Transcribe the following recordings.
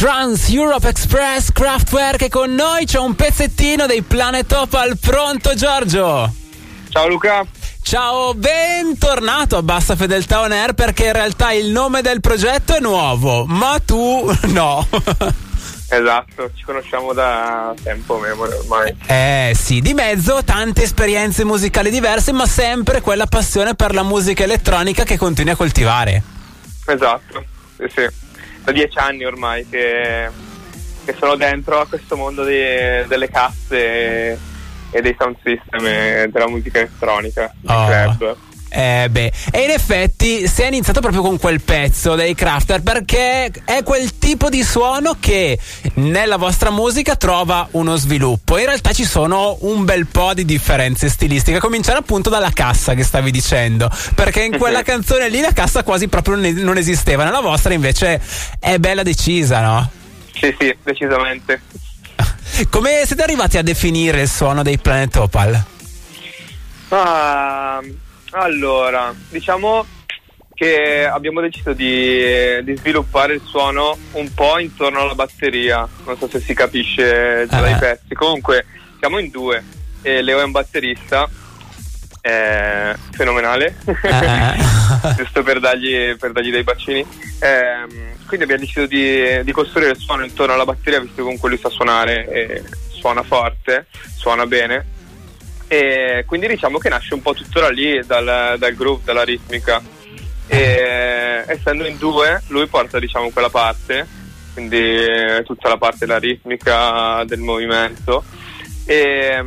Trans Europe Express, Kraftwerk è con noi, c'è un pezzettino dei Planet Opal pronto, Giorgio? Ciao Luca. Ciao, bentornato a Bassa Fedeltà On Air, perché in realtà il nome del progetto è nuovo, ma tu no. Esatto, ci conosciamo da tempo ormai. Sì, di mezzo tante esperienze musicali diverse, ma sempre quella passione per la musica elettronica che continui a coltivare. Esatto, sì. Da 10 anni ormai che sono dentro a questo mondo delle casse e dei sound system e della musica elettronica, club. E in effetti si è iniziato proprio con quel pezzo dei Kraftwerk, perché è quel tipo di suono che nella vostra musica trova uno sviluppo. In realtà ci sono un bel po' di differenze stilistiche, a cominciare appunto dalla cassa che stavi dicendo, perché in quella canzone lì la cassa quasi proprio non esisteva, nella vostra invece è bella decisa, no? Sì, decisamente. Come siete arrivati a definire il suono dei Planet Opal? Allora, diciamo che abbiamo deciso di sviluppare il suono un po' intorno alla batteria. Non so se si capisce già dai pezzi. Comunque siamo in due e Leo è un batterista fenomenale, giusto per dargli dei bacini. Quindi abbiamo deciso di costruire il suono intorno alla batteria, visto che comunque lui sa suonare e suona forte, suona bene. E quindi diciamo che nasce un po' tutto da lì, dal groove, dalla ritmica, e essendo in due lui porta diciamo quella parte, quindi tutta la parte della ritmica, del movimento, e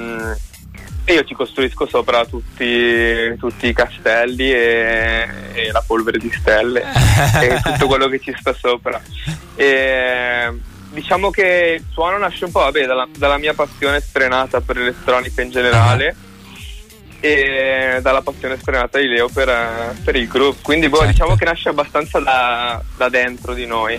io ci costruisco sopra tutti i castelli e la polvere di stelle e tutto quello che ci sta sopra. E diciamo che il suono nasce un po' dalla mia passione sfrenata per l'elettronica in generale e dalla passione sfrenata di Leo per il groove, quindi certo. Diciamo che nasce abbastanza da dentro di noi.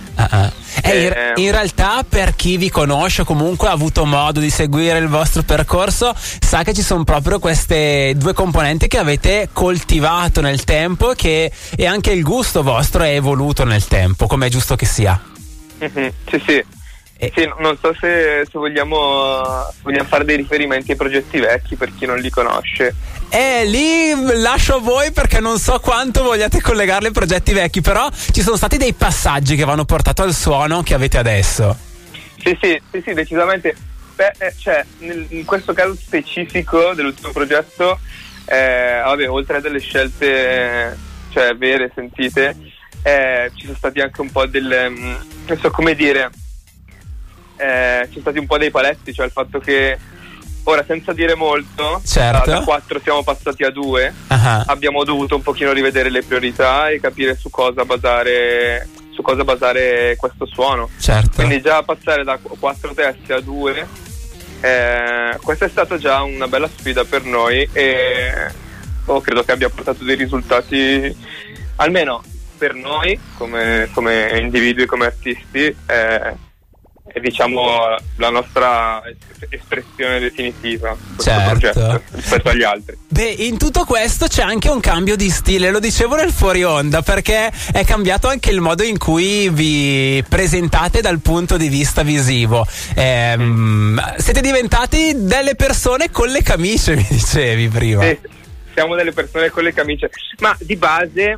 In realtà, per chi vi conosce, comunque ha avuto modo di seguire il vostro percorso, sa che ci sono proprio queste due componenti che avete coltivato nel tempo e anche il gusto vostro è evoluto nel tempo, come è giusto che sia. Sì. Sì, non so se vogliamo fare dei riferimenti ai progetti vecchi per chi non li conosce. Lì lascio a voi, perché non so quanto vogliate collegarli ai progetti vecchi, però ci sono stati dei passaggi che vi hanno portato al suono che avete adesso. Sì, decisamente. In questo caso specifico dell'ultimo progetto, oltre a delle scelte vere, sentite, ci sono stati anche un po' non so come dire, ci sono stati un po' dei paletti, cioè il fatto che ora, senza dire molto, certo, da 4 siamo passati a 2, abbiamo dovuto un pochino rivedere le priorità e capire su cosa basare questo suono. Certo. Quindi già passare da 4 testi a 2, questa è stata già una bella sfida per noi e credo che abbia portato dei risultati, almeno per noi come individui, come artisti, è diciamo la nostra espressione definitiva di questo progetto rispetto agli altri. In tutto questo c'è anche un cambio di stile, lo dicevo nel fuori onda, perché è cambiato anche il modo in cui vi presentate dal punto di vista visivo. Siete diventati delle persone con le camicie, mi dicevi prima. Sì, siamo delle persone con le camicie, ma di base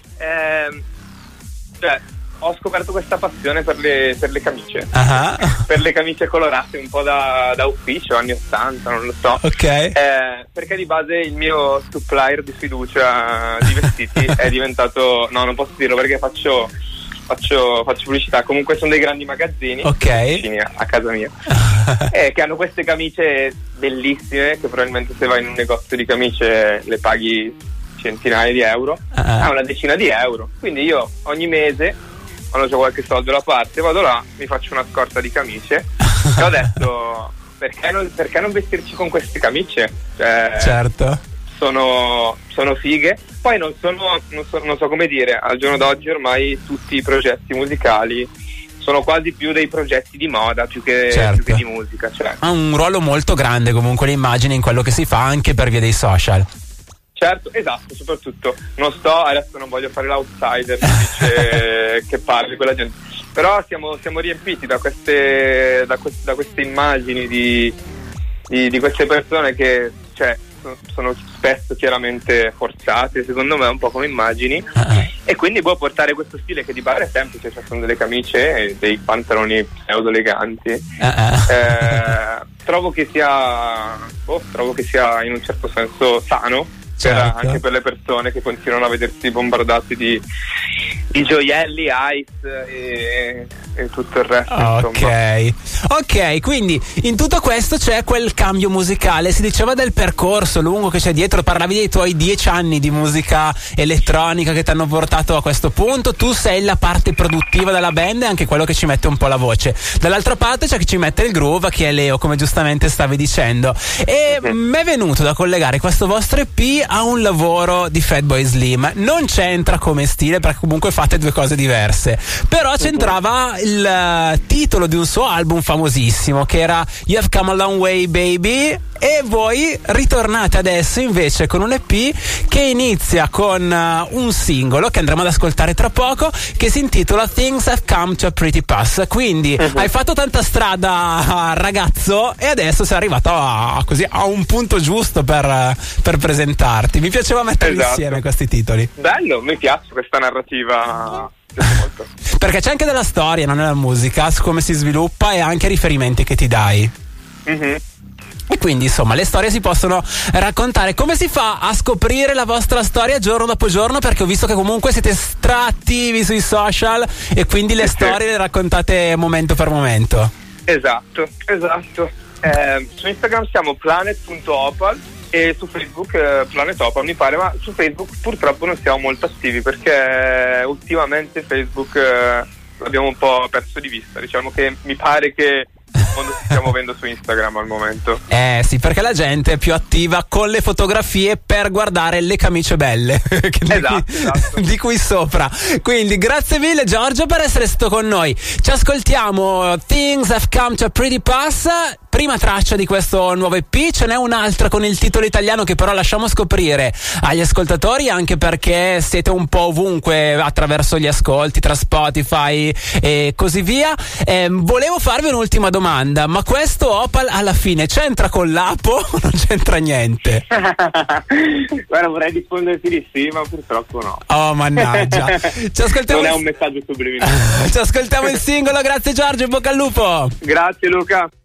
ho scoperto questa passione per le camicie, per le camicie colorate, un po' da ufficio, anni 80, non lo so. Perché di base il mio supplier di fiducia di vestiti è diventato, no, non posso dirlo perché faccio pubblicità, comunque sono dei grandi magazzini vicini a casa mia che hanno queste camicie bellissime che probabilmente se vai in un negozio di camicie le paghi centinaia di euro, a una decina di euro. Quindi io ogni mese, quando ho qualche soldo da parte, vado là, mi faccio una scorta di camicie e ho detto perché non vestirci con queste camicie? Certo, sono fighe. Poi non so come dire, al giorno d'oggi ormai tutti i progetti musicali sono quasi più dei progetti di moda più che di musica, ha un ruolo molto grande comunque l'immagine in quello che si fa, anche per via dei social. Certo, esatto, soprattutto adesso non voglio fare l'outsider che dice che parli quella gente, Però siamo riempiti da queste immagini di queste persone che, cioè, sono spesso chiaramente forzate, secondo me, un po' come immagini, e quindi può portare questo stile che di base è semplice, cioè sono delle camicie e dei pantaloni pseudo eleganti. Trovo che sia in un certo senso sano, certo, anche per le persone che continuano a vedersi bombardati di gioielli, ice e tutto il resto. Ok, quindi in tutto questo c'è quel cambio musicale. Si diceva del percorso lungo che c'è dietro, parlavi dei tuoi 10 anni di musica elettronica che ti hanno portato a questo punto. Tu sei la parte produttiva della band e anche quello che ci mette un po' la voce. Dall'altra parte c'è chi ci mette il groove, che è Leo, come giustamente stavi dicendo. E mi è venuto da collegare questo vostro EP a un lavoro di Fatboy Slim. Non c'entra come stile, perché comunque fate due cose diverse, però c'entrava il titolo di un suo album famosissimo che era You Have Come a Long Way Baby, e voi ritornate adesso invece con un EP che inizia con un singolo che andremo ad ascoltare tra poco, che si intitola Things Have Come to a Pretty Pass. Quindi hai fatto tanta strada, ragazzo, e adesso sei arrivato a un punto giusto per presentarti. Mi piaceva metterli insieme questi titoli. Bello, mi piace questa narrativa. Molto. Perché c'è anche della storia, non è la musica, su come si sviluppa e anche riferimenti che ti dai. E quindi insomma le storie si possono raccontare. Come si fa a scoprire la vostra storia giorno dopo giorno? Perché ho visto che comunque siete attivi sui social e quindi le storie le raccontate momento per momento. Esatto. Su Instagram siamo planet.opal e su Facebook Planet Opal mi pare, ma su Facebook purtroppo non siamo molto attivi perché ultimamente Facebook l'abbiamo un po' perso di vista. Diciamo che mi pare che il mondo si stia muovendo su Instagram al momento. Sì, perché la gente è più attiva con le fotografie per guardare le camicie belle esatto. di qui sopra. Quindi grazie mille Giorgio per essere stato con noi. Ci ascoltiamo Things Have Come to a Pretty Pass, prima traccia di questo nuovo EP. Ce n'è un'altra con il titolo italiano che però lasciamo scoprire agli ascoltatori, anche perché siete un po' ovunque attraverso gli ascolti tra Spotify e così via. Volevo farvi un'ultima domanda, ma questo Opal alla fine c'entra con l'Apo o non c'entra niente? Guarda, vorrei risponderti di sì, ma purtroppo no. Oh mannaggia. Ci ascoltiamo. Non è un messaggio subliminale. Ci ascoltiamo il singolo. Grazie Giorgio, in bocca al lupo. Grazie Luca.